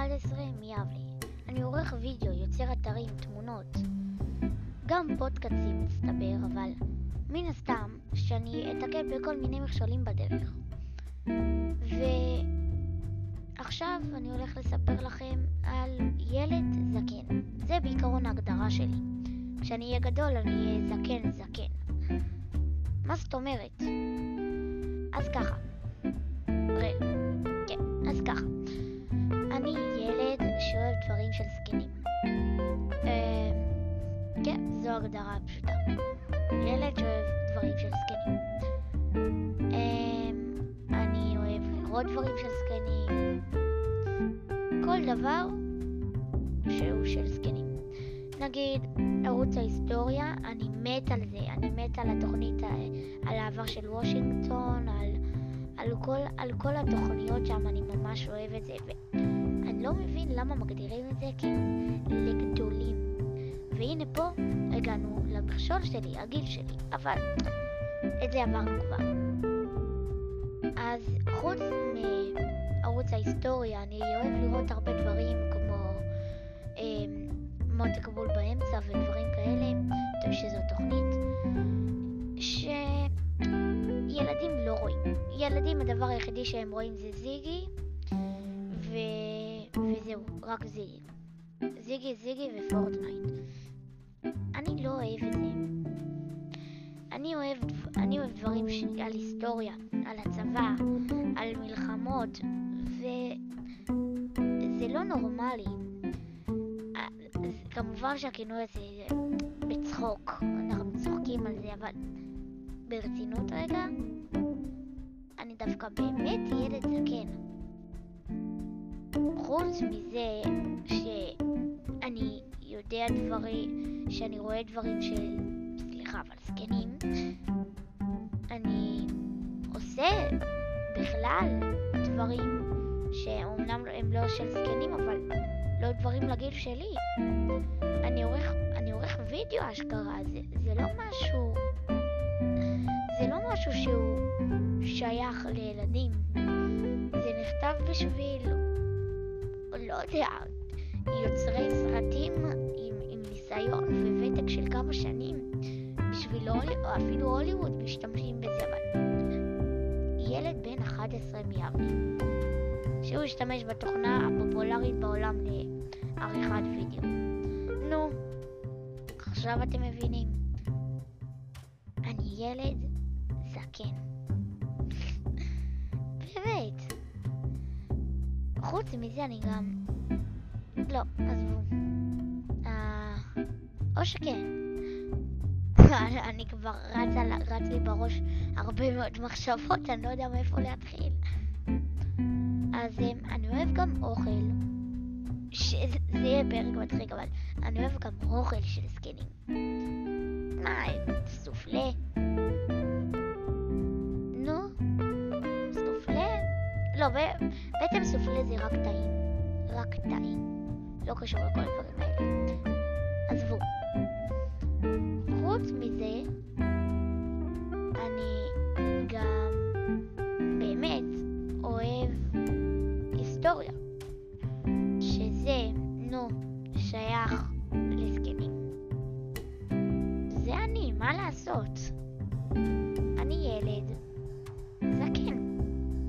11 מיבלי. אני עורך וידאו, יוצר אתרים, תמונות. גם פודקאסטים מצטבר, אבל מן הסתם שאני אתקל בכל מיני מכשולים בדרך. ועכשיו אני הולך לספר לכם על ילד זקן. זה בעיקרון ההגדרה שלי. כשאני אהיה גדול אני אהיה זקן. מה זאת אומרת? אז ככה. אז ככה. אני ילד שאוהב דברים של זקנים. כן, זו הגדרה פשוטה. ילד שאוהב דברים של זקנים. אני אוהב לראות דברים של זקנים. כל דבר שהוא של זקנים. נגיד, ערוץ ההיסטוריה, אני מת על זה. אני מת על התוכנית, על העבר של וושינגטון, על כל התוכניות שם. אני ממש אוהב את זה. ואני לא מבין למה מגדירים את זה לגדולים. והנה פה הגענו למכשול שלי, הגיל שלי, אבל את זה עברנו כבר. אז חוץ מערוץ ההיסטוריה, אני אוהב לראות הרבה דברים כמו מותק בול באמצע ודברים כאלה. טוב שזו תוכנית שילדים לא רואים. ילדים הדבר היחידי שהם רואים זה זיגי וזהו, רק זיגי. זיגי ופורטנייט. אני לא אוהב את זה. אני אוהב דברים על היסטוריה, על הצבא, על מלחמות, וזה לא נורמלי. כמובן שהכינוי הזה בצחוק, אנחנו צוחקים על זה, אבל ברצינות רגע, אני דווקא באמת ילד זקן. חוץ מזה שאני יודע שאני רואה דברים אבל זקנים, אני עושה בכלל דברים שאומנם הם לא של זקנים, אבל לא דברים לגיל שלי. אני עורך וידאו אשכרה, זה לא משהו שהוא שייך לילדים. זה נכתב בשביל, לא יודע, יוצרי סרטים עם ניסיון וותק של כמה שנים. בשביל אפילו הוליווד משתמשים בזה, אבל ילד בן 11 מיבלי שהוא השתמש בתוכנה הפופולרית בעולם לעריכת וידאו. נו, עכשיו אתם מבינים. אני ילד זקן. באמת. חוץ מזה אני גם... לא, עזבו. או שכן. אני כבר רץ לי בראש הרבה מאוד מחשבות, אני לא יודע מאיפה להתחיל. אז אני אוהב גם אוכל, שזה יהיה פרק מצחיק, אבל אני אוהב גם אוכל של זקנים. מה, סופלה? נו, סופלה? לא, בעצם סופלה זה רק טעים. לא קשור לכל הדברים האלה. עזבו. חוץ מזה, אני גם באמת אוהב היסטוריה, שזה, שייך לזקנים. זה אני, מה לעשות? אני ילד זקן.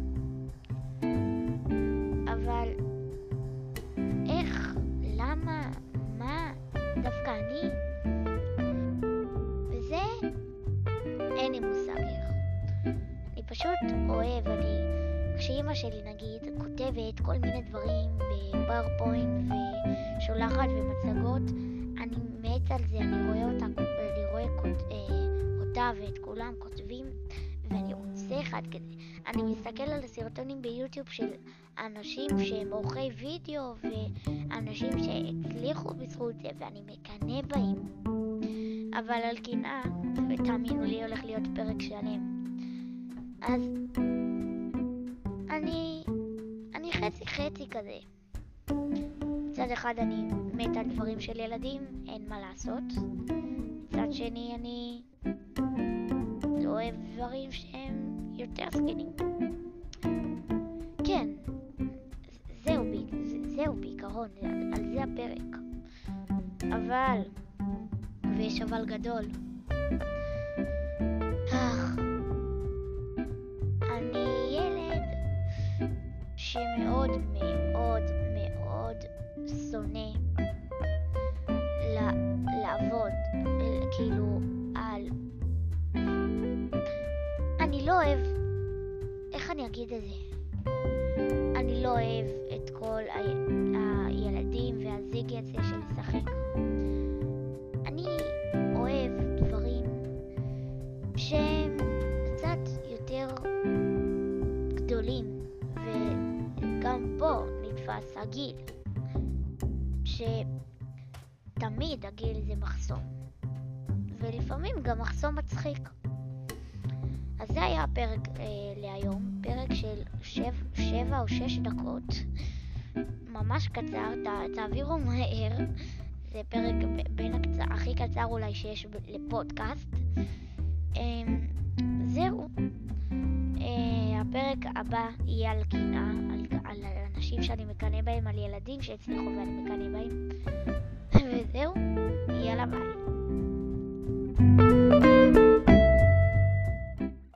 אבל איך, למה, מה, דווקא אני? אין לי מושג איך. אני פשוט אוהב, כשאמא שלי נגיד כותבת כל מיני דברים בפאורפוינט ושולחת ומצגות, אני מת על זה. אני רואה אותה ואת כולם כותבים, ואני רוצה אחד כזה. אני מסתכל על הסרטונים ביוטיוב של אנשים שהם עורכי וידאו ואנשים שהצליחו בזכות זה, ואני מקנא בהם. אבל על קנאה, ותאמינו לי, הולך להיות פרק שלם. אז אני חצי כזה. מצד אחד אני מת על דברים של ילדים, אין מה לעשות. מצד שני אני לא אוהב דברים שהם יותר זקנים. כן, זהו, וזהו בעיקרון, על זה הפרק. אבל, ויש אבל גדול. אני ילד שמאוד מאוד מאוד שונא לעבוד, כאילו אני לא אוהב, איך אני אגיד את זה? אני לא אוהב את כל הילדים והזיגי הזה שמשחק. אני אוהב דברים שהם קצת יותר גדולים, וגם פה נתפס הגיל, שתמיד הגיל זה מחסום, ולפעמים גם מחסום מצחיק. אז זה היה הפרק להיום, פרק של 7 או 6 דקות, ממש קצר, תעבירו מהר, זה פרק בין הכי קצר אולי שיש לפודקאסט. זהו, הפרק הבא יהיה על קנאה, על אנשים שאני מקנא בהם, על ילדים שהצליחו ואני מקנא בהם, וזהו, יאללה ביי.